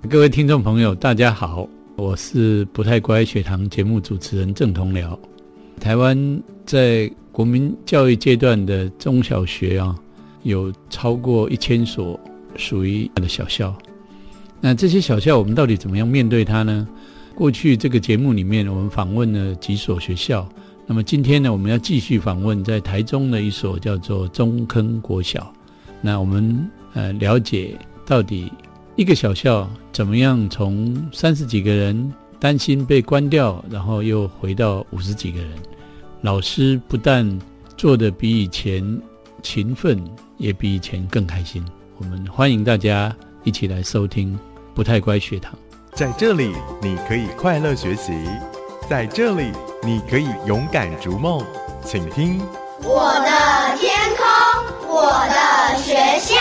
各位听众朋友大家好，我是不太乖学堂节目主持人郑同僚。台湾在国民教育阶段的中小学有超过1000所属于的小校。那这些小校我们到底怎么样面对它呢？过去这个节目里面我们访问了几所学校，那么今天呢，我们要继续访问在台中的一所叫做中坑国小。那我们了解到底一个小校怎么样从30几个人担心被关掉，然后又回到50几个人。老师不但做得比以前勤奋，也比以前更开心。我们欢迎大家一起来收听不太乖学堂。 在这里你可以快乐学习，在这里你可以勇敢逐梦。请听我的天空，我的学校。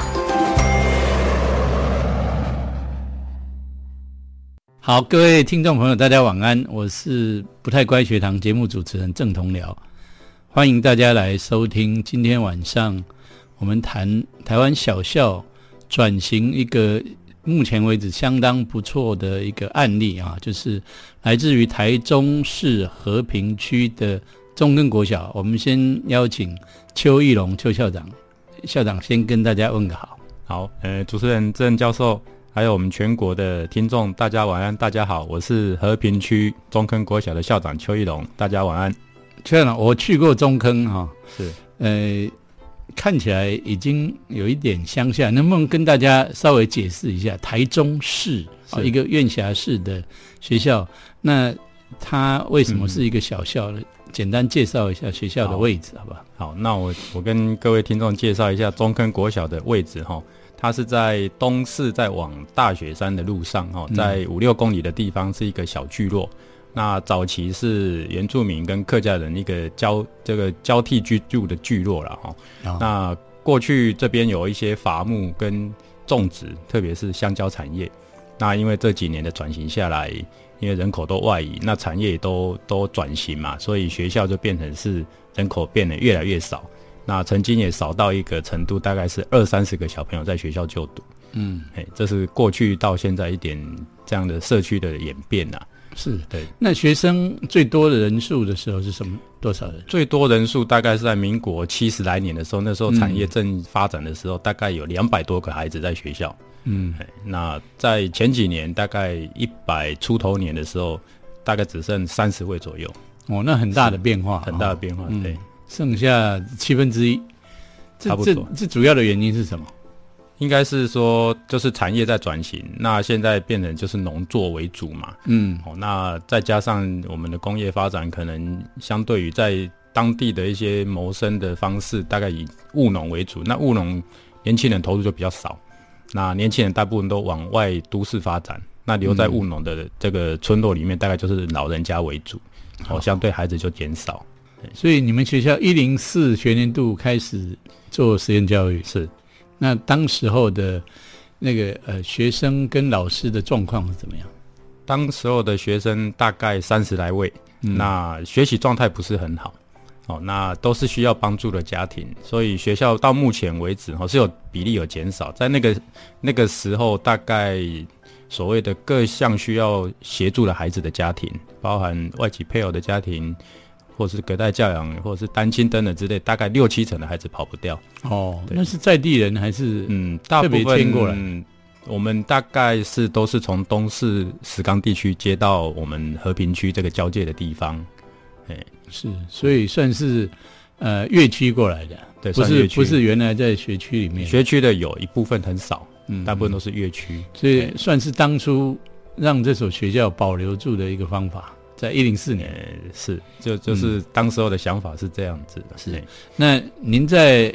好，各位听众朋友大家晚安，我是不太乖学堂节目主持人郑同僚，欢迎大家来收听今天晚上我们谈台湾小校转型一个目前为止相当不错的一个案例就是来自于台中市和平区的中坑国小。我们先邀请邱义龙邱校长，校长先跟大家问个好。 好，主持人郑教授，还有我们全国的听众，大家晚安。大家好，我是和平区中坑国小的校长邱义龙，大家晚安。 邱校长，我去过中坑是， 看起来已经有一点乡下，能不能跟大家稍微解释一下台中市一个院辖市的学校，那它为什么是一个小校呢？简单介绍一下学校的位置好不好？ 好，那我跟各位听众介绍一下中坑国小的位置它是在东市在往大雪山的路上在5-6公里的地方，是一个小聚落。那早期是原住民跟客家人一个交替居住的聚落啦那过去这边有一些伐木跟种植，特别是香蕉产业。那因为这几年的转型下来，因为人口都外移，那产业都转型嘛，所以学校就变成是人口变得越来越少。那曾经也少到一个程度，大概是20-30个小朋友在学校就读。这是过去到现在一点这样的社区的演变啊。 是， 对。 那学生最多的人数的时候是多少人？ 最多人数大概是在民国70来年的时候，那时候产业正发展的时候，大概有200多个孩子在学校。那在前几年大概100出头年的时候，大概只剩30位左右。 那很大的变化， 很大的变化。对， 剩下1/7， 差不多。 这主要的原因是什么？ 应该是说就是产业在转型，那现在变成就是农作为主嘛。那再加上我们的工业发展，可能相对于在当地的一些谋生的方式，大概以务农为主。那务农年轻人投入就比较少，那年轻人大部分都往外都市发展，那留在务农的这个村落里面，大概就是老人家为主，相对孩子就减少。 所以你们学校104学年度开始做实验教育。 是。 那当时候的那个学生跟老师的状况是怎么样？ 当时候的学生大概30来位，那学习状态不是很好，那都是需要帮助的家庭，所以学校到目前为止是有比例有减少。在那个时候，大概所谓的各项需要协助的孩子的家庭，包含外籍配偶的家庭，或是隔代教养，或者是单亲等等之类，大概6-7成的孩子跑不掉。 那是在地人还是特别迁过来？ 我们大概都是从东市石冈地区接到我们和平区这个交界的地方。 是，所以算是越区过来的。 对， 不是原来在学区里面。 学区的有一部分很少，大部分都是越区， 所以算是当初让这所学校保留住的一个方法。在104年， 是就是当时候的想法是这样子的。 是，那您在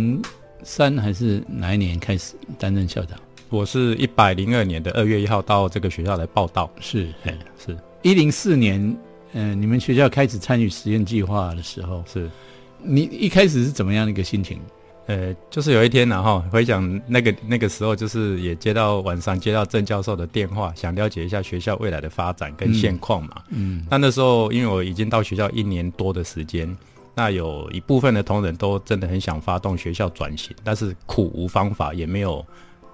103还是哪一年开始担任校长？ 我是102年的2月1号到这个学校来报到。 是104年，你们学校开始参与实验计划的时候， 是你一开始是怎么样的一个心情？ 就是有一天回想那个时候，就是也晚上接到郑教授的电话，想了解一下学校未来的发展跟现况嘛。但那时候因为我已经到学校1年多的时间，那有一部分的同仁都真的很想发动学校转型，但是苦无方法，也没有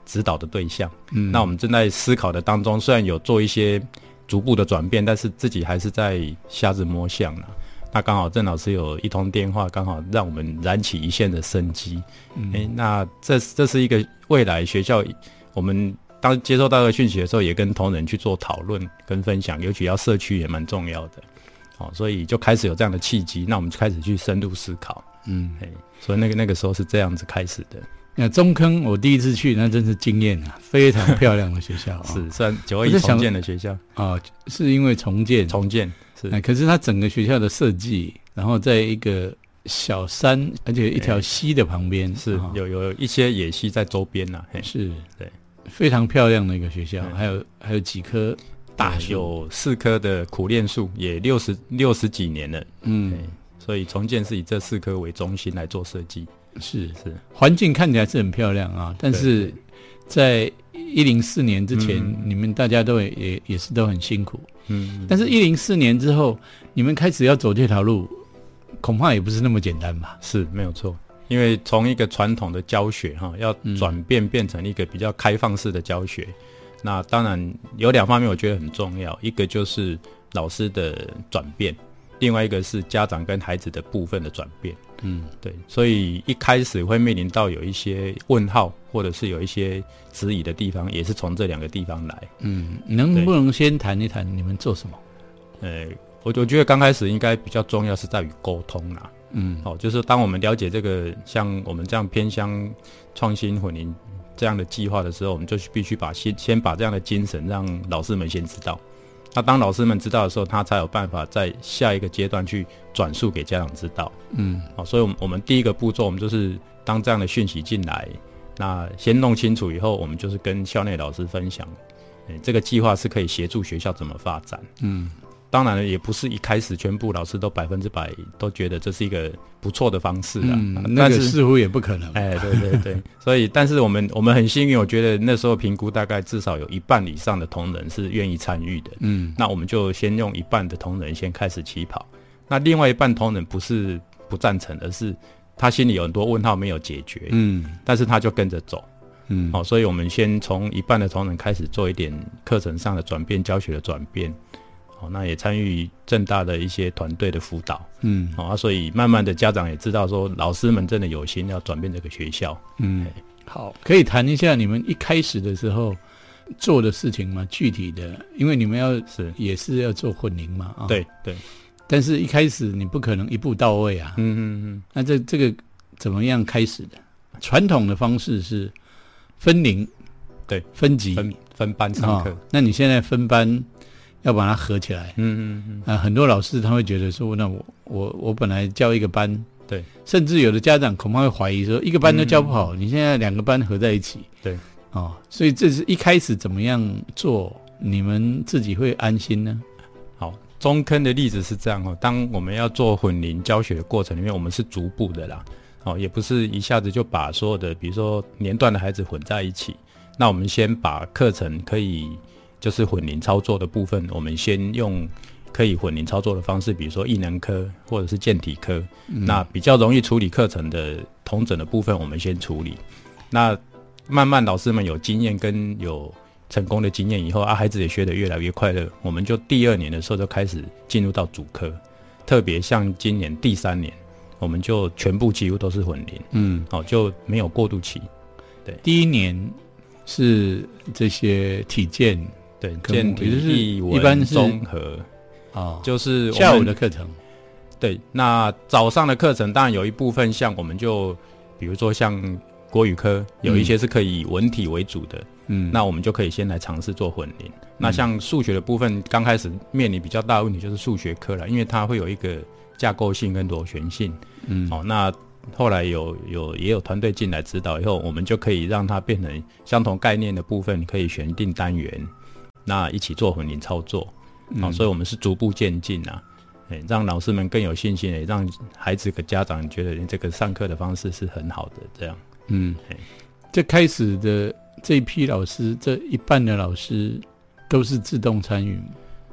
指导的对象。那我们正在思考的当中，虽然有做一些逐步的转变，但是自己还是在瞎子摸象啦。那刚好郑老师有一通电话，刚好让我们燃起一线的生机。那这是一个未来学校，我们当接收到这个讯息的时候，也跟同仁去做讨论跟分享，尤其要社区也蛮重要的。所以就开始有这样的契机，那我们就开始去深入思考。所以那个时候是这样子开始的。 那中坑我第一次去，那真是惊艳啊，非常漂亮的学校。 是算921重建的学校是因为重建是。 可是它整个学校的设计，然后在一个小山，而且一条溪的旁边， 是有一些野溪在周边呐。 是， 对， 非常漂亮的一个学校，还有几棵大树， 有4棵的苦楝树，也60几年了。所以重建是以这4棵为中心来做设计。是， 环境看起来是很漂亮啊，但是在104年之前，你们大家都也是都很辛苦。但是104年之后，你们开始要走这条路，恐怕也不是那么简单吧？ 是，没有错。因为从一个传统的教学要转变成一个比较开放式的教学，那当然有2方面我觉得很重要，一个就是老师的转变，另外一个是家长跟孩子的部分的转变。对，所以一开始会面临到有一些问号，或者是有一些质疑的地方，也是从这2个地方来。 能不能先谈一谈你们做什么？ 我觉得刚开始应该比较重要是在于沟通啦。就是当我们了解这个像我们这样偏乡创新混龄这样的计划的时候，我们就必须先把这样的精神让老师们先知道。那当老师们知道的时候，他才有办法在下一个阶段去转述给家长知道。所以我们第一个步骤，我们就是当这样的讯息进来，那先弄清楚以后，我们就是跟校内老师分享，这个计划是可以协助学校怎么发展。当然也不是一开始全部老师都100%都觉得这是一个不错的方式啦。 那个似乎也不可能。 对。所以，但是我们很幸运，我觉得那时候评估大概至少有1半以上的同仁是愿意参与的。那我们就先用1半的同仁先开始起跑。那另外1半同仁不是不赞成，而是他心里有很多问号没有解决。但是他就跟着走。所以我们先从1半的同仁开始做一点课程上的转变、教学的转变。那也参与政大的一些团队的辅导。所以慢慢的家长也知道说老师们真的有心要转变这个学校。 好，可以谈一下你们一开始的时候做的事情吗？具体的，因为你们也是要做混龄嘛。 对。 但是一开始你不可能一步到位啊。那这个怎么样开始的？传统的方式是分龄， 对， 分级分班上课。 那你现在分班要把它合起来。很多老师他会觉得说，那我本来教一个班， 对， 甚至有的家长恐怕会怀疑说，一个班都教不好，你现在2个班合在一起， 对， 所以这是一开始怎么样做，你们自己会安心呢？ 好，中坑的例子是这样当我们要做混龄教学的过程里面，我们是逐步的啦，也不是一下子就把所有的比如说年段的孩子混在一起。那我们先把课程可以就是混龄操作的部分，我们先用可以混龄操作的方式，比如说艺能科或者是健体科。那比较容易处理课程的统整的部分我们先处理。那慢慢老师们有经验跟有成功的经验以后孩子也学得越来越快乐，我们就第2年的时候就开始进入到主科。特别像今年第3年，我们就全部几乎都是混龄。就没有过渡期。对， 第1年是这些体健， 对，健体、艺文、 一般是综合。就是下午的课程。 对，那早上的课程当然有一部分像我们就比如说像国语科有一些是可以以文体为主的。那我们就可以先来尝试做混龄。那像数学的部分，刚开始面临比较大的问题就是数学科啦，因为它会有一个架构性跟螺旋性。那后来也有团队进来指导以后，我们就可以让它变成相同概念的部分可以选定单元，那一起做混龄操作。所以我们是逐步渐进啊，让老师们更有信心，让孩子和家长觉得这个上课的方式是很好的。这样。 这开始的这一批老师，这1半的老师都是自动参与吗？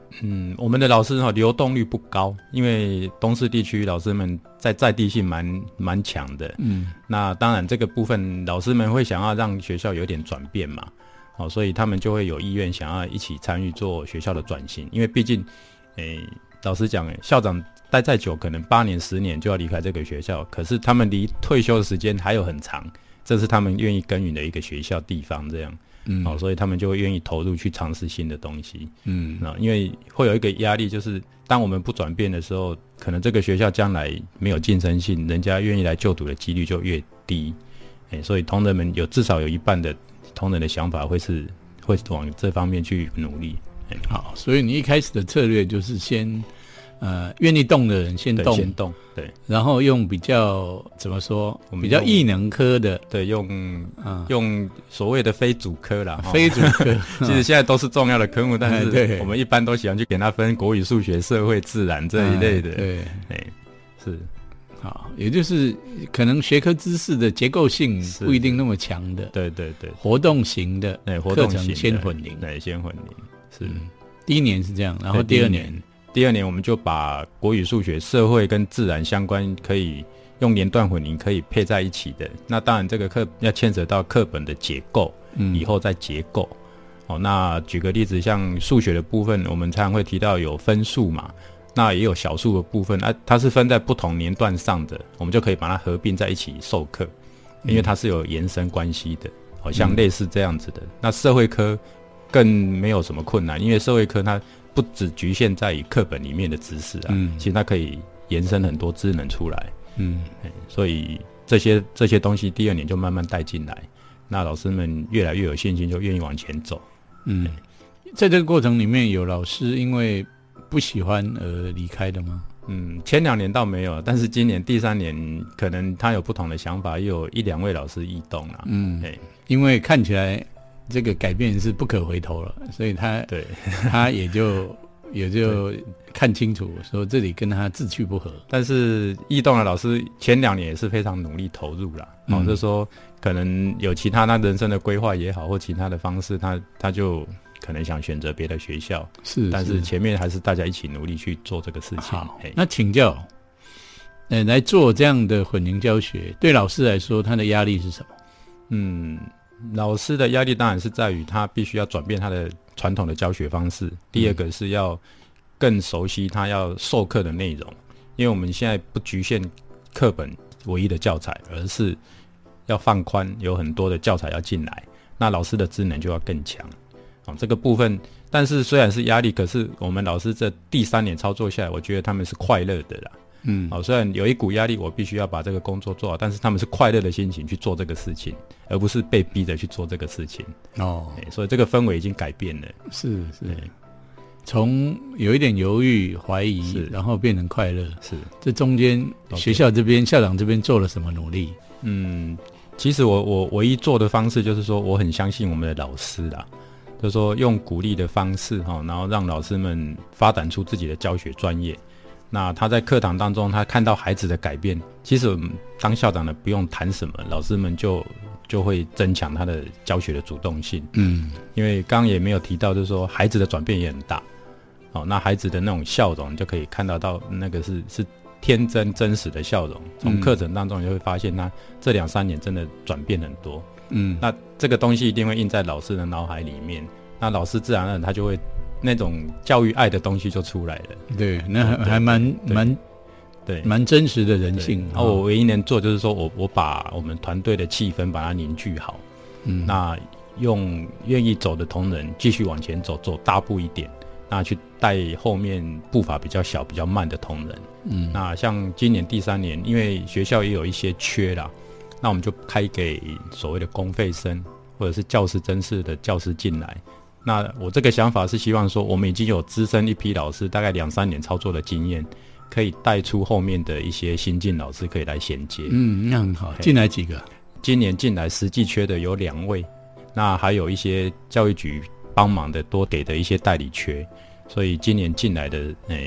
我们的老师流动率不高，因为东势地区老师们在地性蛮强的。那当然这个部分老师们会想要让学校有点转变嘛，所以他们就会有意愿想要一起参与做学校的转型。因为毕竟老实讲，校长待再久可能8年10年就要离开这个学校，可是他们离退休的时间还有很长，这是他们愿意耕耘的一个学校地方这样。所以他们就会愿意投入去尝试新的东西。因为会有一个压力，就是当我们不转变的时候，可能这个学校将来没有竞争性，人家愿意来就读的几率就越低。所以同仁们至少有一半的同仁的想法会往这方面去努力。 好，所以你一开始的策略就是先愿意动的人先动， 对， 然后用比较怎么说，比较艺能科的， 对，用所谓的非主科啦， 非主科， 其实现在都是重要的科目，但是我们一般都喜欢去给它分国语、数学、社会、自然这一类的， 对， 是。 好，也就是可能学科知识的结构性不一定那么强的， 对， 活动型的课程先混龄， 对，先混龄是。 第一年是这样，然后第二年我们就把国语、数学、社会跟自然相关可以用年段混龄可以配在一起的。那当然这个课要牵扯到课本的结构，以后再结构。那举个例子，像数学的部分，我们常常会提到有分数嘛，那也有小数的部分，它是分在不同年段上的，我们就可以把它合并在一起授课，因为它是有延伸关系的，好像类似这样子的。那社会科更没有什么困难，因为社会科它不只局限在于课本里面的知识其实它可以延伸很多知能出来。所以这些东西第二年就慢慢带进来，那老师们越来越有信心，就愿意往前走。 在这个过程里面，有老师因为不喜欢而离开的吗？ 前2年倒没有，但是今年第3年可能他有不同的想法，又有1-2位老师异动了。 因为看起来这个改变是不可回头了，所以他也就看清楚说这里跟他志趣不合。 但是异动的老师前2年也是非常努力投入啦，就是说可能有其他他人生的规划也好，或其他的方式，他就可能想选择别的学校，但是前面还是大家一起努力去做这个事情。 好，那请教来做这样的混龄教学，对老师来说他的压力是什么？ 老师的压力当然是在于他必须要转变他的传统的教学方式，第二个是要更熟悉他要授课的内容，因为我们现在不局限课本唯一的教材，而是要放宽，有很多的教材要进来，那老师的职能就要更强。这个部分，但是虽然是压力，可是我们老师这第3年操作下来，我觉得他们是快乐的啦。虽然有一股压力，我必须要把这个工作做好，但是他们是快乐的心情去做这个事情，而不是被逼着去做这个事情。所以这个氛围已经改变了。 是，从有一点犹豫、怀疑，然后变成快乐。是，这中间学校这边、校长这边做了什么努力？ 其实我唯一做的方式就是说，我很相信我们的老师啦。就是说用鼓励的方式然后让老师们发展出自己的教学专业。那他在课堂当中，他看到孩子的改变，其实当校长的不用谈什么，老师们就会增强他的教学的主动性。因为刚刚也没有提到，就是说孩子的转变也很大。那孩子的那种笑容，你就可以看到那个是天真真实的笑容。从课程当中你就会发现，他这2-3年真的转变很多。那这个东西一定会印在老师的脑海里面，那老师自然而然他就会那种教育爱的东西就出来了。 对，那还蛮真实的人性。 我唯一能做就是说我把我们团队的气氛把它凝聚好。那用愿意走的同仁继续往前走大步一点，那去带后面步伐比较小比较慢的同仁。那像今年第3年，因为学校也有一些缺啦，那我们就开给所谓的公费生或者是教师甄试的教师进来。那我这个想法是希望说，我们已经有资深一批老师，大概2-3年操作的经验，可以带出后面的一些新进老师可以来衔接。 那很好。进来几个？ 今年进来实际缺的有2位，那还有一些教育局帮忙的多给的一些代理缺，所以今年进来的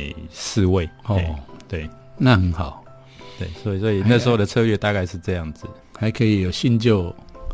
4位。对， 那很好。 对，所以那时候的策略大概是这样子， 还可以有新旧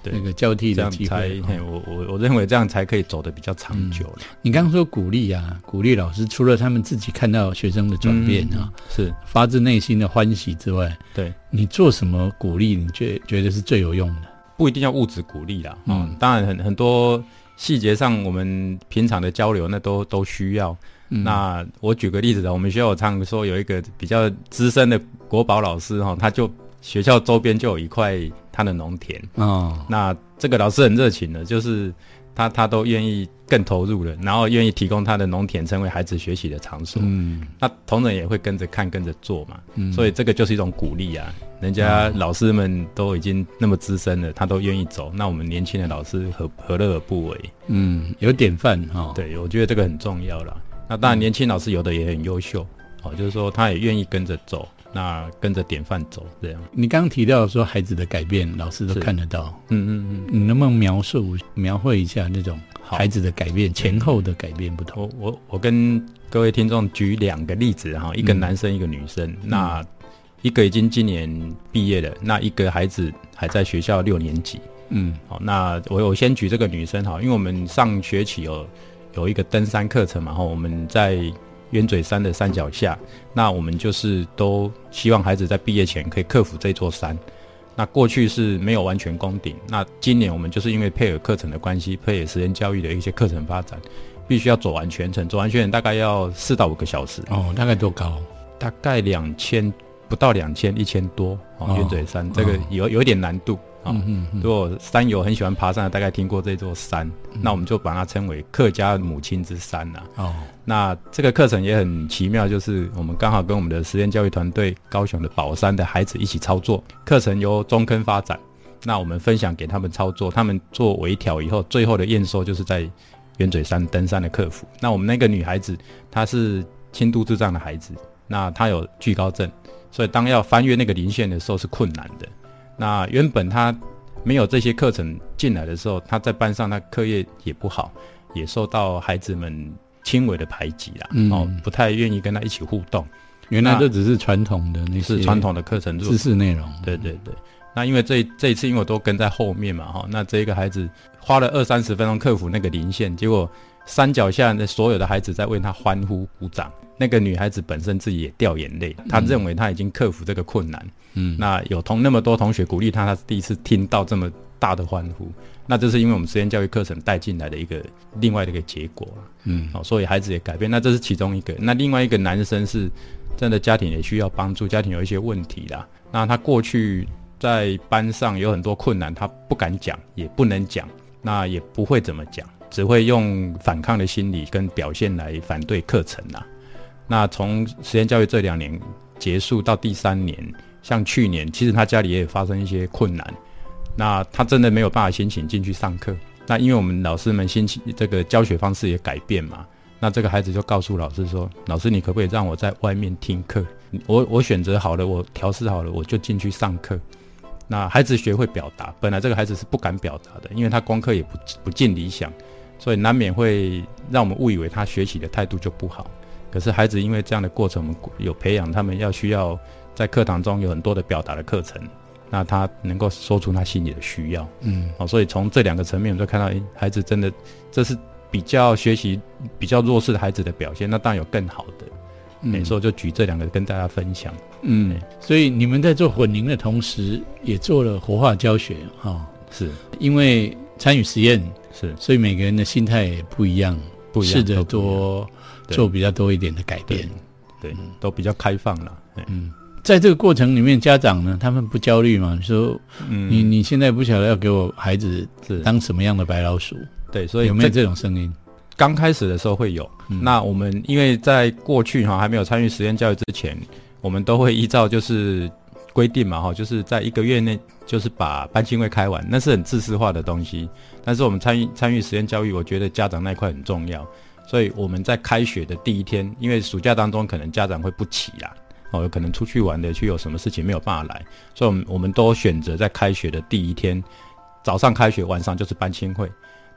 那个交替这样的机会。 我认为这样才可以走得比较长久了。 你刚刚说鼓励啊，鼓励老师，除了他们自己看到学生的转变啊， 是发自内心的欢喜之外， 对， 你做什么鼓励，你觉得是最有用的？ 不一定要物质鼓励啦，当然很多细节上我们平常的交流那都需要。那我举个例子，我们学校常说有一个比较资深的国保老师他就学校周边就有一块他的农田那这个老师很热情的，就是他都愿意更投入了，然后愿意提供他的农田成为孩子学习的场所。那同仁也会跟着看跟着做嘛，所以这个就是一种鼓励啊。人家老师们都已经那么资深了，他都愿意走，那我们年轻的老师何乐而不为？ 有典范对，我觉得这个很重要啦。那当然年轻老师有的也很优秀就是说他也愿意跟着走，那跟着典范走这样。 你刚刚提到说孩子的改变老师都看得到，你能不能描绘一下那种孩子的改变前后的改变不同？ 我跟各位听众举2个例子一个男生一个女生。那一个已经今年毕业了，那一个孩子还在学校6年级。好，那我先举这个女生因为我们上学期有一个登山课程嘛，我们在鸢嘴山的山脚下，那我们就是都希望孩子在毕业前可以克服这座山。那过去是没有完全攻顶，那今年我们就是因为配合课程的关系，配合实验教育的一些课程发展，必须要走完全程，走完全程大概要4到5个小时。 大概多高？ 大概2000不到2000，1000多鸢嘴山这个有一点难度。如果山友很喜欢爬山的，大概听过这座山，那我们就把它称为客家母亲之山那这个课程也很奇妙，就是我们刚好跟我们的实验教育团队高雄的宝山的孩子一起操作，课程由中坑发展，那我们分享给他们操作，他们做微调以后，最后的验收就是在鸢嘴山登山的克服。那我们那个女孩子她是轻度智障的孩子，那她有惧高症，所以当要翻越那个零线的时候是困难的。那原本他没有这些课程进来的时候，他在班上他课业也不好，也受到孩子们轻微的排挤啦，不太愿意跟他一起互动。 原来这只是传统的那些传统的课程知识内容。 对。那因为这一次因为我都跟在后面嘛，那这一个孩子花了20-30分钟克服那个零线，结果山脚下的所有的孩子在为他欢呼鼓掌。那个女孩子本身自己也掉眼泪，她认为她已经克服这个困难。那有那么多同学鼓励她，她是第一次听到这么大的欢呼。那这是因为我们实验教育课程带进来的另外的一个结果。所以孩子也改变。那这是其中一个。那另外一个男生是真的家庭也需要帮助，家庭有一些问题啦。那他过去在班上有很多困难，他不敢讲，也不能讲，那也不会怎么讲，只会用反抗的心理跟表现来反对课程啦。那从实验教育这2年结束到第3年，像去年其实他家里也发生一些困难，那他真的没有办法心情进去上课。那因为我们老师们心情这个教学方式也改变嘛，那这个孩子就告诉老师说，老师你可不可以让我在外面听课，我选择好了，我调试好了，我就进去上课。那孩子学会表达，本来这个孩子是不敢表达的，因为他功课也不尽理想，所以难免会让我们误以为他学习的态度就不好。可是孩子因为这样的过程，我们有培养他们需要在课堂中有很多的表达的课程，那他能够说出他心里的需要。所以从这2个层面，我们就看到孩子真的这是比较学习比较弱势的孩子的表现，那当然有更好的。所以我就举这2个跟大家分享。 所以你们在做混凝的同时，也做了活化教学是因为参与实验， 是所以每个人的心态也不一样，试着多做比较多一点的改变。 对，都比较开放了。 在这个过程里面，家长呢，他们不焦虑吗？说，你现在不晓得要给我孩子当什么样的白老鼠？ 对，所以有没有这种声音？ 刚开始的时候会有。那我们因为在过去还没有参与实验教育之前，我们都会依照就是规定嘛，就是在1个月内就是把班亲会开完，那是很自私化的东西。但是我们参与实验教育，我觉得家长那一块很重要。所以我们在开学的第1天，因为暑假当中可能家长会不齐啦，有可能出去玩的，去有什么事情没有办法来，所以我们都选择在开学的第1天早上开学，晚上就是班亲会。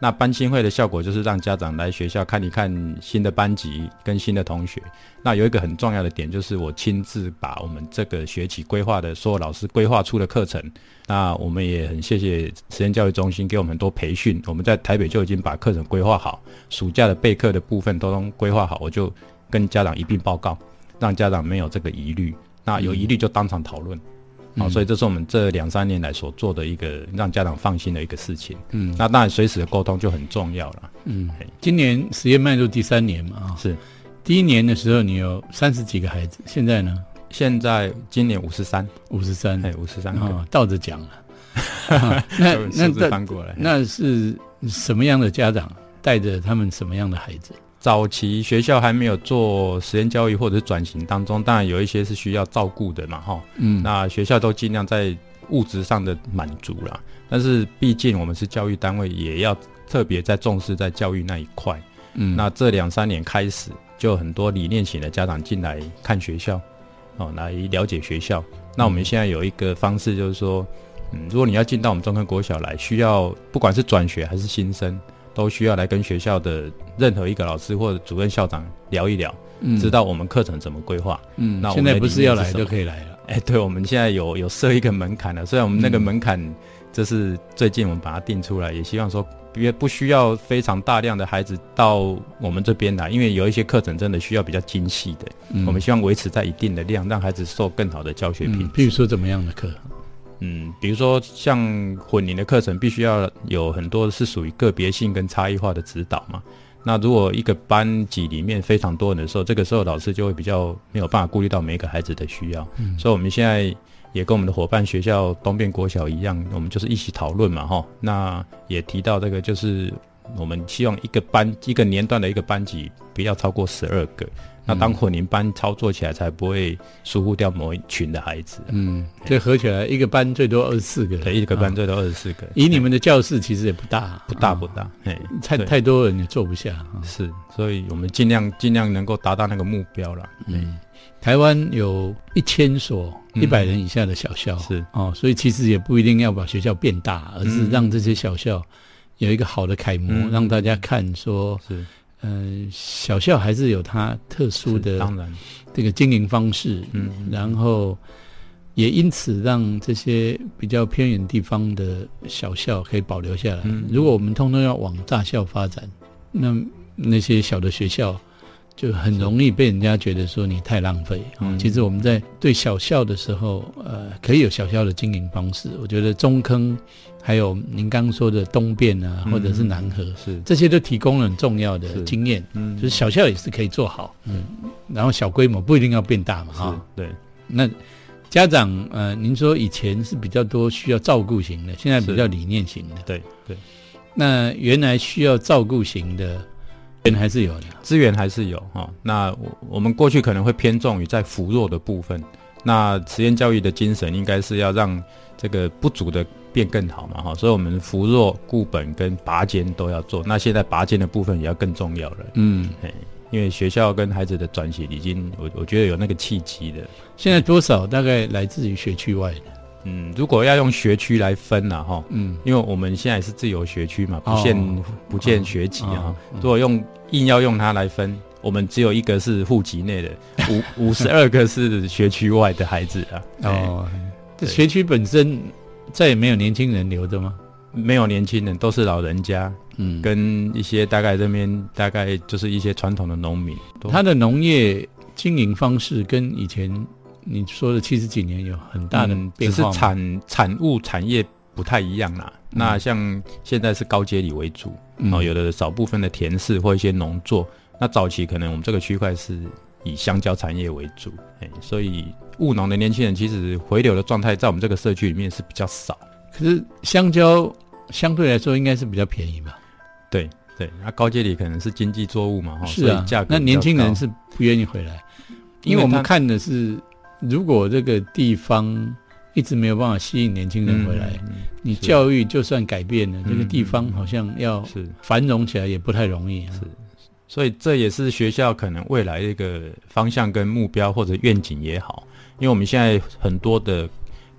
那班亲会的效果就是让家长来学校看一看新的班级跟新的同学。那有一个很重要的点，就是我亲自把我们这个学期规划的所有老师规划出的课程，那我们也很谢谢实验教育中心给我们很多培训，我们在台北就已经把课程规划好，暑假的备课的部分都规划好，我就跟家长一并报告，让家长没有这个疑虑，那有疑虑就当场讨论。好，所以这是我们这2-3年来所做的一个让家长放心的一个事情。那当然随时的沟通就很重要了。 今年实验迈入第3年嘛， 是。 第1年的时候你有30几个孩子，现在呢？ 现在今年53， 53 个， 倒着讲了。 那翻过来， 那是什么样的家长带着他们什么样的孩子？ 早期学校还没有做实验教育或者是转型当中，当然有一些是需要照顾的嘛，那学校都尽量在物质上的满足啦。但是毕竟我们是教育单位，也要特别在重视在教育那一块。那这2-3年开始，就有很多理念型的家长进来看学校，来了解学校。那我们现在有一个方式，就是说，如果你要进到我们中坑国小来，需要不管是转学还是新生，都需要来跟学校的任何一个老师或者主任校长聊一聊，知道我们课程怎么规划。那我们现在不是要来就可以来了。 对，我们现在有设一个门槛了，虽然我们那个门槛这是最近我们把它定出来，也希望说不需要非常大量的孩子到我们这边来，因为有一些课程真的需要比较精细的，我们希望维持在一定的量，让孩子受更好的教学品质。 譬如说怎么样的课？ 比如说像混龄的课程，必须要有很多是属于个别性跟差异化的指导嘛。那如果一个班级里面非常多人的时候，这个时候老师就会比较没有办法顾虑到每一个孩子的需要。所以我们现在也跟我们的伙伴学校东边国小一样，我们就是一起讨论嘛，那也提到这个，就是我们希望一个年段的一个班级不要超过12个。那当混龄班操作起来，才不会疏忽掉某一群的孩子。 这合起来一个班最多24个。 对，一个班最多24个。 以你们的教室其实也不大， 不大。 太多人也坐不下。 是，所以我们尽量能够达到那个目标了。 台湾有1000所100人以下的小校， 是所以其实也不一定要把学校变大，而是让这些小校有一个好的楷模，让大家看说是。小校还是有它特殊的这个经营方式，然后也因此让这些比较偏远地方的小校可以保留下来。如果我们通通要往大校发展，那些小的学校就很容易被人家觉得说你太浪费。其实我们在对小校的时候，可以有小校的经营方式。我觉得中坑还有您刚刚说的东边啊，或者是南河，这些都提供了很重要的经验。就是小校也是可以做好，然后小规模不一定要变大嘛。 对。那家长您说以前是比较多需要照顾型的，现在比较理念型的。 对。 那原来需要照顾型的资源还是有的， 资源还是有。那我们过去可能会偏重于在扶弱的部分，那实验教育的精神应该是要让这个不足的变更好嘛，所以我们扶弱、固本跟拔尖都要做。那现在拔尖的部分也要更重要了。因为学校跟孩子的转型已经，我觉得有那个契机的。 现在多少大概来自于学区外的？ 如果要用学区来分啦，因为我们现在是自由学区嘛，不限学籍啊。如果硬要用它来分，我们只有一个是户籍内的，52个是学区外的孩子啊。 这学区本身再也没有年轻人留的吗？ 没有年轻人，都是老人家，跟一些大概这边大概就是一些传统的农民。 他的农业经营方式跟以前你说的70几年有很大的变化吗？ 只是产物产业不太一样啦。那像现在是高阶里为主，有的少部分的田氏或一些农作。那早期可能我们这个区块是以香蕉产业为主，所以务农的年轻人其实回流的状态在我们这个社区里面是比较少。 可是香蕉相对来说应该是比较便宜吧？ 对，那高阶里可能是经济作物嘛， 是啊， 所以价格那年轻人是不愿意回来，因为我们看的是，如果这个地方一直没有办法吸引年轻人回来，你教育就算改变了，这个地方好像要繁荣起来也不太容易。 所以这也是学校可能未来的一个方向跟目标或者愿景也好，因为我们现在很多的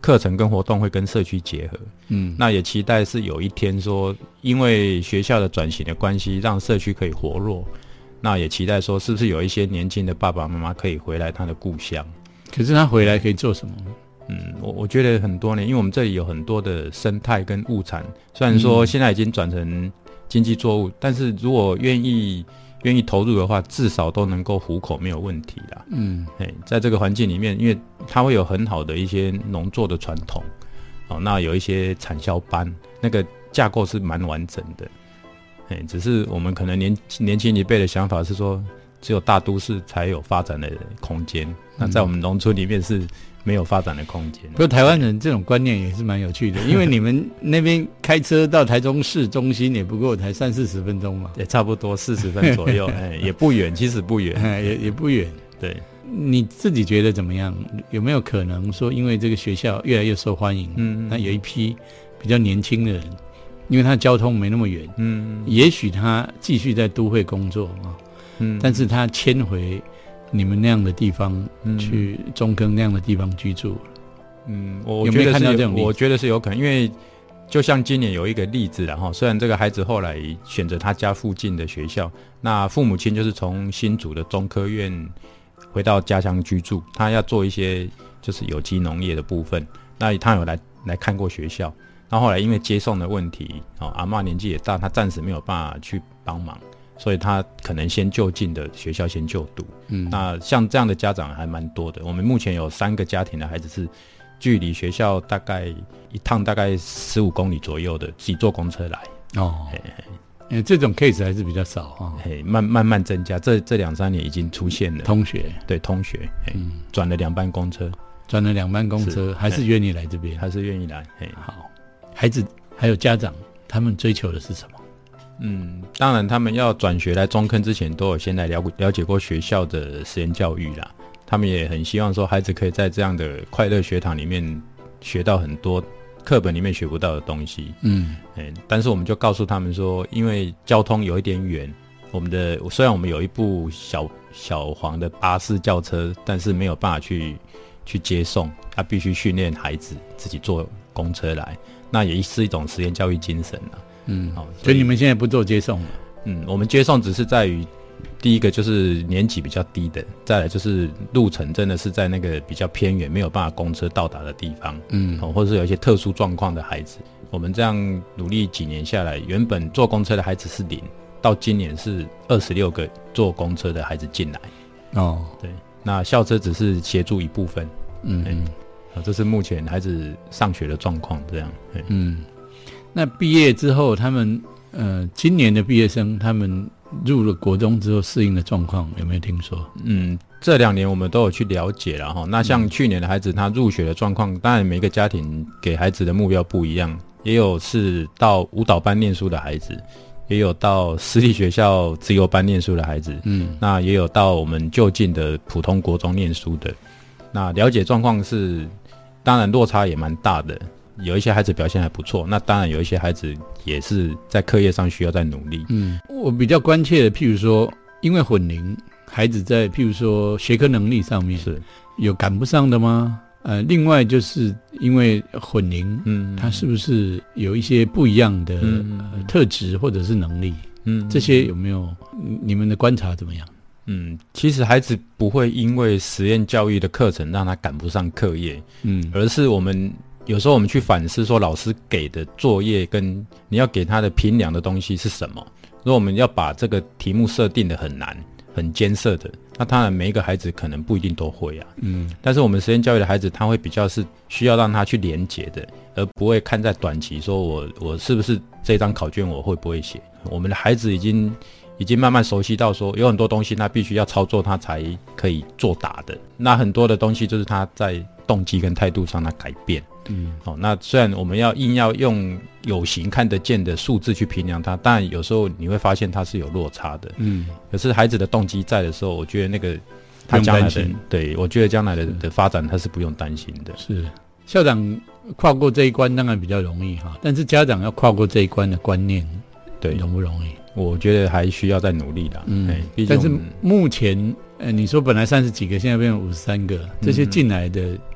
课程跟活动会跟社区结合。那也期待是有一天说，因为学校的转型的关系，让社区可以活络。那也期待说，是不是有一些年轻的爸爸妈妈可以回来他的故乡？ 可是他回来可以做什么？ 我觉得很多年，因为我们这里有很多的生态跟物产，虽然说现在已经转成经济作物，但是如果愿意投入的话，至少都能够糊口没有问题啦。在这个环境里面，因为它会有很好的一些农作的传统，那有一些产销班，那个架构是蛮完整的。只是我们可能年轻一辈的想法是说，只有大都市才有发展的空间，那在我们农村里面是没有发展的空间。 不过台湾人这种观念也是蛮有趣的，因为你们那边开车到台中市中心也不过才30-40分钟嘛， 也差不多40分左右，也不远，其实不远， 也不远。 对， 你自己觉得怎么样？有没有可能说，因为这个学校越来越受欢迎，那有一批比较年轻的人，因为他交通没那么远，也许他继续在都会工作啊，但是他迁回你们那样的地方，去中坑那样的地方居住。 我有没有看到这种例子？ 我觉得是有可能，因为就像今年有一个例子啦，虽然这个孩子后来选择他家附近的学校，那父母亲就是从新竹的中科院回到家乡居住，他要做一些就是有机农业的部分，那他有来看过学校，然后后来因为接送的问题，阿嬷年纪也大，他暂时没有办法去帮忙，所以他可能先就近的学校先就读。那像这样的家长还蛮多的，我们目前有3个家庭的孩子是距离学校大概一趟大概15公里左右的，自己坐公车来。 这种 case 还是比较少啊， 慢慢增加，这2-3年已经出现了。同学，转了2班公车， 还是愿意来这边， 还是愿意来。 好，孩子还有家长，他们追求的是什么？ 当然他们要转学来中坑之前，都有先来了解过学校的实验教育啦。他们也很希望说，孩子可以在这样的快乐学堂里面学到很多课本里面学不到的东西。但是我们就告诉他们说，因为交通有一点远，虽然我们有一部小黄的巴士轿车，但是没有办法去接送，他必须训练孩子自己坐公车来，那也是一种实验教育精神啦。 所以你们现在不做接送了？ 我们接送只是在于第一个就是年纪比较低的，再来就是路程真的是在那个比较偏远没有办法公车到达的地方，或者是有一些特殊状况的孩子。我们这样努力几年下来，原本坐公车的孩子是0，到今年是26个坐公车的孩子进来。对，那校车只是协助一部分。这是目前孩子上学的状况这样。 那毕业之后，他们今年的毕业生，他们入了国中之后适应的状况有没有听说？ 这2年我们都有去了解了哈。那像去年的孩子，他入学的状况，当然每个家庭给孩子的目标不一样，也有是到舞蹈班念书的孩子，也有到私立学校自由班念书的孩子，那也有到我们就近的普通国中念书的。那了解状况是，当然落差也蛮大的。有一些孩子表现还不错，那当然有一些孩子也是在课业上需要再努力。 我比较关切的，譬如说因为混龄，孩子在譬如说学科能力上面是有赶不上的吗？另外就是因为混龄，他是不是有一些不一样的特质或者是能力？这些有没有你们的观察怎么样？ 其实孩子不会因为实验教育的课程让他赶不上课业，而是有时候我们去反思说，老师给的作业跟你要给他的评量的东西是什么。如果我们要把这个题目设定的很难很艰涩的，那当然每一个孩子可能不一定都会啊。但是我们实验教育的孩子，他会比较是需要让他去连结的，而不会看在短期说我是不是这张考卷我会不会写。我们的孩子已经慢慢熟悉到说，有很多东西他必须要操作他才可以作答的，那很多的东西就是他在动机跟态度上他改变。那虽然我们硬要用有形看得见的数字去评量它，当然有时候你会发现它是有落差的。可是孩子的动机在的时候，我觉得那个他将来的，对，我觉得将来的发展他是不用担心的。 是校长跨过这一关当然比较容易哈，但是家长要跨过这一关的观念，对，容不容易？ 我觉得还需要再努力啦。 但是目前你说本来30几个，现在变成53个，这些进来的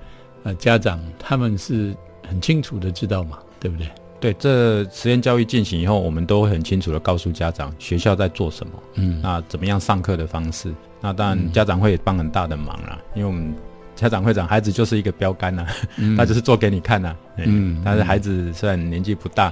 家长他们是很清楚的知道嘛，对不对？ 对，这实验教育进行以后，我们都会很清楚的告诉家长学校在做什么，那怎么样上课的方式。那当然家长会帮很大的忙啦，因为我们家长会长孩子就是一个标杆啊，他就是做给你看啊。但是孩子虽然年纪不大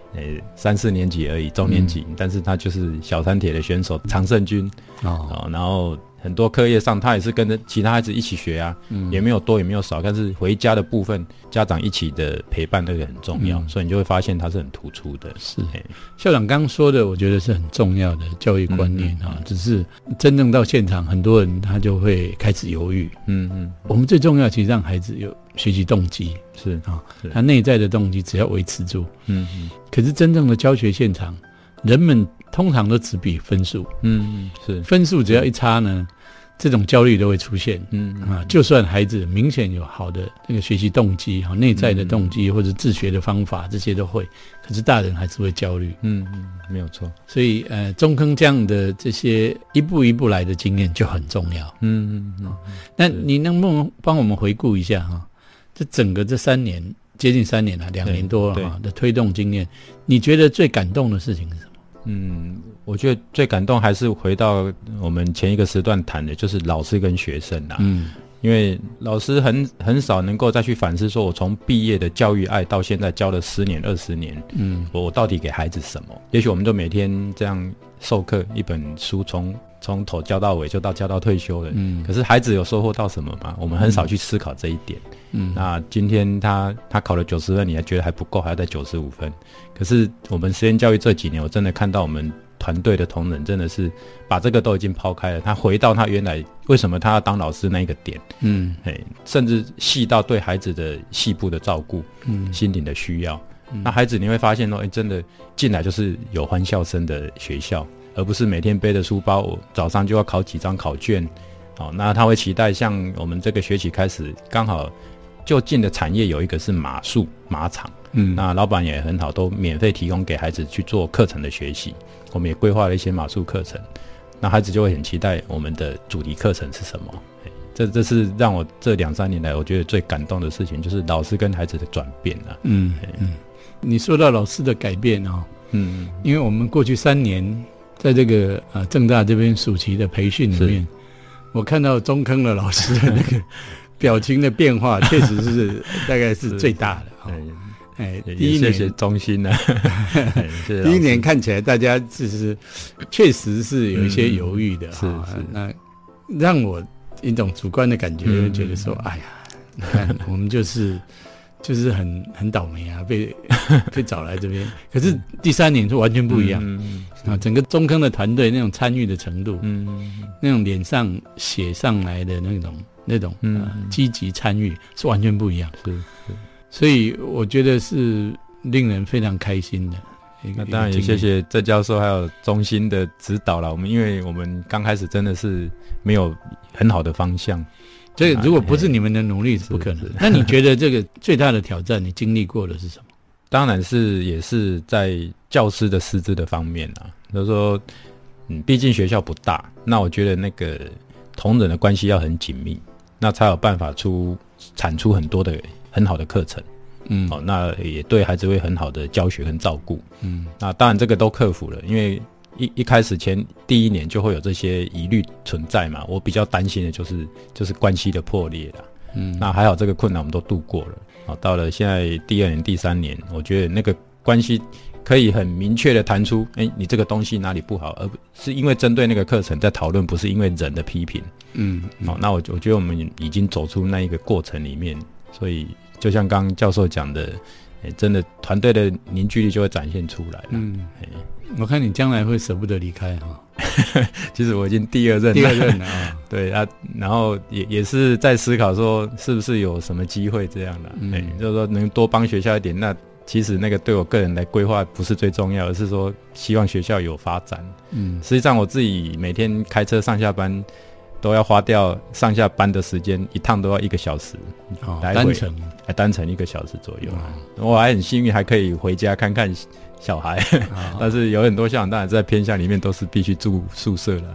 ，3、4年级而已，中年级，但是他就是小三铁的选手，常胜军然后很多课业上他也是跟着其他孩子一起学啊，也没有多也没有少，但是回家的部分家长一起的陪伴那个很重要，所以你就会发现他是很突出的。 是校长刚刚说的我觉得是很重要的教育观念只是真正到现场很多人他就会开始犹豫。我们最重要其实让孩子有学习动机，是他内在的动机只要维持住。可是真正的教学现场人们通常都只比分数，是分数只要一差呢，这种焦虑都会出现。就算孩子明显有好的那个学习动机，内在的动机或者自学的方法，这些都会，可是大人还是会焦虑。 没有错。 所以中坑这样的这些一步一步来的经验就很重要。那你能不能帮我们回顾一下这整个这3年接近3年了，2年多了的推动经验，你觉得最感动的事情是什么？ 我觉得最感动还是回到我们前一个时段谈的，就是老师跟学生啦。因为老师很少能够再去反思说，我从毕业的教育爱到现在教了10年20年，我到底给孩子什么？也许我们就每天这样授课一本书，从头教到尾，就教到退休了。可是孩子有收获到什么吗？我们很少去思考这一点。那今天他考了90分，你还觉得还不够，还要再95分。可是我们实验教育这几年，我真的看到我们团队的同仁真的是把这个都已经抛开了，他回到他原来为什么他要当老师那一个点。甚至细到对孩子的细部的照顾，心灵的需要。那孩子你会发现真的进来就是有欢笑声的学校，而不是每天背着书包早上就要考几张考卷。那他会期待像我们这个学期开始刚好就近的产业有一个是马场，那老板也很好，都免费提供给孩子去做课程的学习。我们也规划了一些马术课程，那孩子就会很期待我们的主题课程是什么。这是让我这2、3年来我觉得最感动的事情，就是老师跟孩子的转变啊。 你说到老师的改变因为我们过去3年在这个政大这边暑期的培训里面，我看到中坑的老师的那个表情的变化，确实是大概是最大的。第一年谢谢中心第一年看起来大家确实是有一些犹豫的。那让我一种主观的感觉，就觉得说，哎呀，你看我们就是很倒霉啊，被找来这边。可是第3年就完全不一样整个中坑的团队那种参与的程度，那种脸上写上来的那种积极参与是完全不一样的。所以我觉得是令人非常开心的。 那当然也谢谢郑教授还有中心的指导了。因为我们刚开始真的是没有很好的方向， 所以如果不是你们的努力是不可能的。那你觉得这个最大的挑战你经历过的是什么？ 当然也是在教师的师资的方面就是说毕竟学校不大，那我觉得那个同仁的关系要很紧密，那才有办法产出很多的很好的课程。那也对孩子会很好的教学跟照顾。那当然这个都克服了，因为一开始第1年就会有这些疑虑存在嘛。我比较担心的就是关系的破裂啦。那还好这个困难我们都度过了。到了现在第2年第3年，我觉得那个关系可以很明确的谈出你这个东西哪里不好，而不是因为针对那个课程在讨论，不是因为人的批评。那我觉得我们已经走出那一个过程里面，所以就像刚刚教授讲的，真的团队的凝聚力就会展现出来了。 我看你将来会舍不得离开其实我已经第二任了对啊，然后也是在思考说是不是有什么机会这样的。就是说能多帮学校一点，那其实那个对我个人来规划不是最重要，而是说希望学校有发展。实际上我自己每天开车上下班都要花掉上下班的时间，一趟都要1个小时来回，单程1个小时左右。我还很幸运还可以回家看看小孩但是有很多校长当然在偏乡里面都是必须住宿舍了。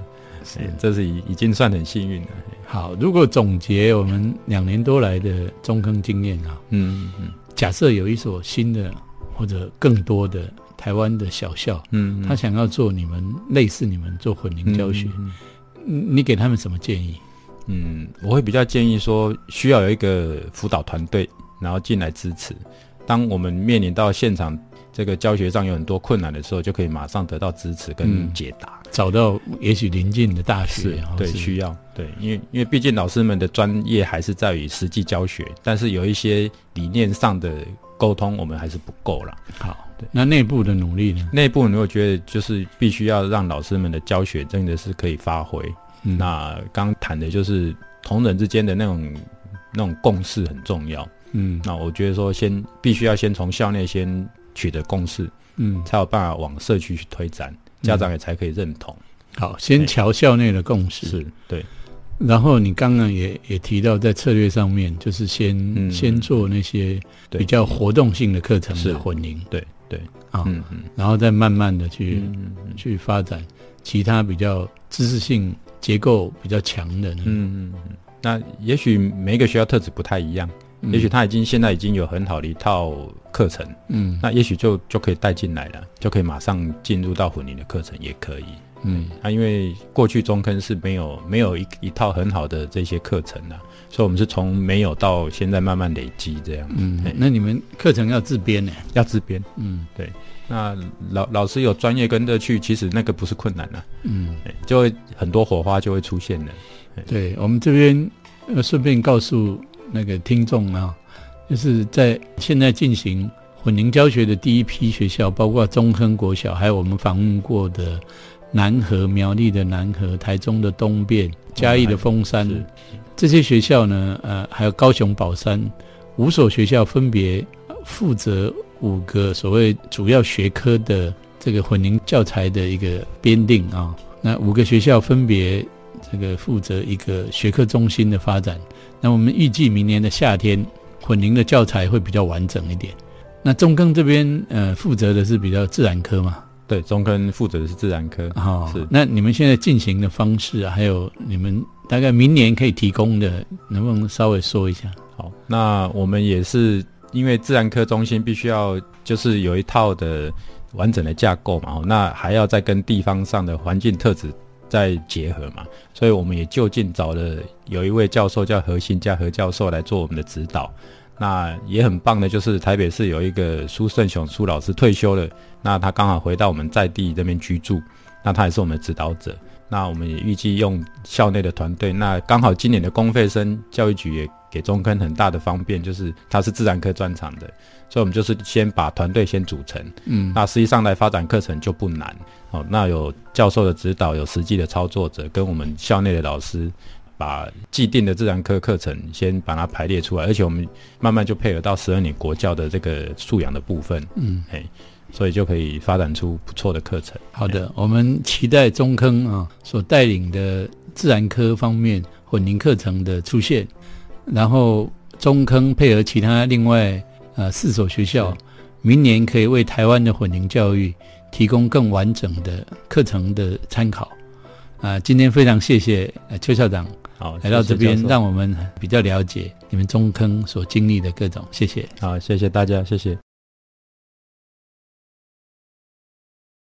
这是已经算很幸运了。 好，如果总结我们2年多来的中坑经验啊，假设有一所新的或者更多的台湾的小校，他想要做类似你们做混龄教学，你给他们什么建议？ 我会比较建议说，需要有一个辅导团队，然后进来支持。当我们面临到现场这个教学上有很多困难的时候，就可以马上得到支持跟解答， 找到也许邻近的大学， 对，需要，对，因为毕竟老师们的专业还是在于实际教学，但是有一些理念上的沟通，我们还是不够啦。好，对， 那内部的努力呢？ 内部我觉得就是必须要让老师们的教学真的是可以发挥。那刚谈的就是同仁之间的那种共识很重要。那我觉得说必须要先从校内先取得共识，才有办法往社区去推展，家长也才可以认同。 好，先瞧校内的共识， 是对。然后你刚刚也提到，在策略上面，就是先做那些比较活动性的课程的混龄， 对， 然后再慢慢的去发展其他比较知识性结构比较强的。 那也许每一个学校特质不太一样。也许他现在已经有很好的一套课程，那也许就可以带进来了，就可以马上进入到混龄的课程也可以。因为过去中坑是没有一套很好的这些课程的，所以我们是从没有到现在慢慢累积这样。 那你们课程要自编呢？ 要自编。对。那老师有专业跟着去，其实那个不是困难了。就会很多火花就会出现了。 对，我们这边顺便告诉那个听众啊，就是在现在进行混龄教学的第一批学校，包括中坑国小，还有我们访问过的南和、苗栗的南和、台中的东便、嘉义的丰山，这些学校呢，还有高雄宝山，5所学校分别负责5个所谓主要学科的这个混龄教材的一个编定啊。那5个学校分别这个负责一个学科中心的发展。那我们预计明年的夏天，混龄的教材会比较完整一点。那中坑这边负责的是比较自然科嘛？ 对，中坑负责的是自然科。是。 那你们现在进行的方式啊，还有你们大概明年可以提供的，能不能稍微说一下？ 好，那我们也是因为自然科中心必须要就是有一套的完整的架构嘛，那还要再跟地方上的环境特质再结合嘛，所以我们也就近找了有一位教授叫何教授来做我们的指导。那也很棒的就是台北市有一个苏胜雄苏老师退休了，那他刚好回到我们在地这边居住，那他也是我们的指导者。那我们也预计用校内的团队，那刚好今年的公费生教育局也给中坑很大的方便，就是他是自然科专长的，所以我们就是先把团队先组成，那实际上来发展课程就不难。那有教授的指导，有实际的操作者，跟我们校内的老师把既定的自然科课程先把它排列出来，而且我们慢慢就配合到12年国教的这个素养的部分，所以就可以发展出不错的课程。 好的，我们期待中坑所带领的自然科方面混龄课程的出现，然后中坑配合其他另外4所学校，明年可以为台湾的混龄教育提供更完整的课程的参考。今天非常谢谢邱校长来到这边，让我们比较了解你们中坑所经历的各种。谢谢。 好，谢谢大家，谢谢。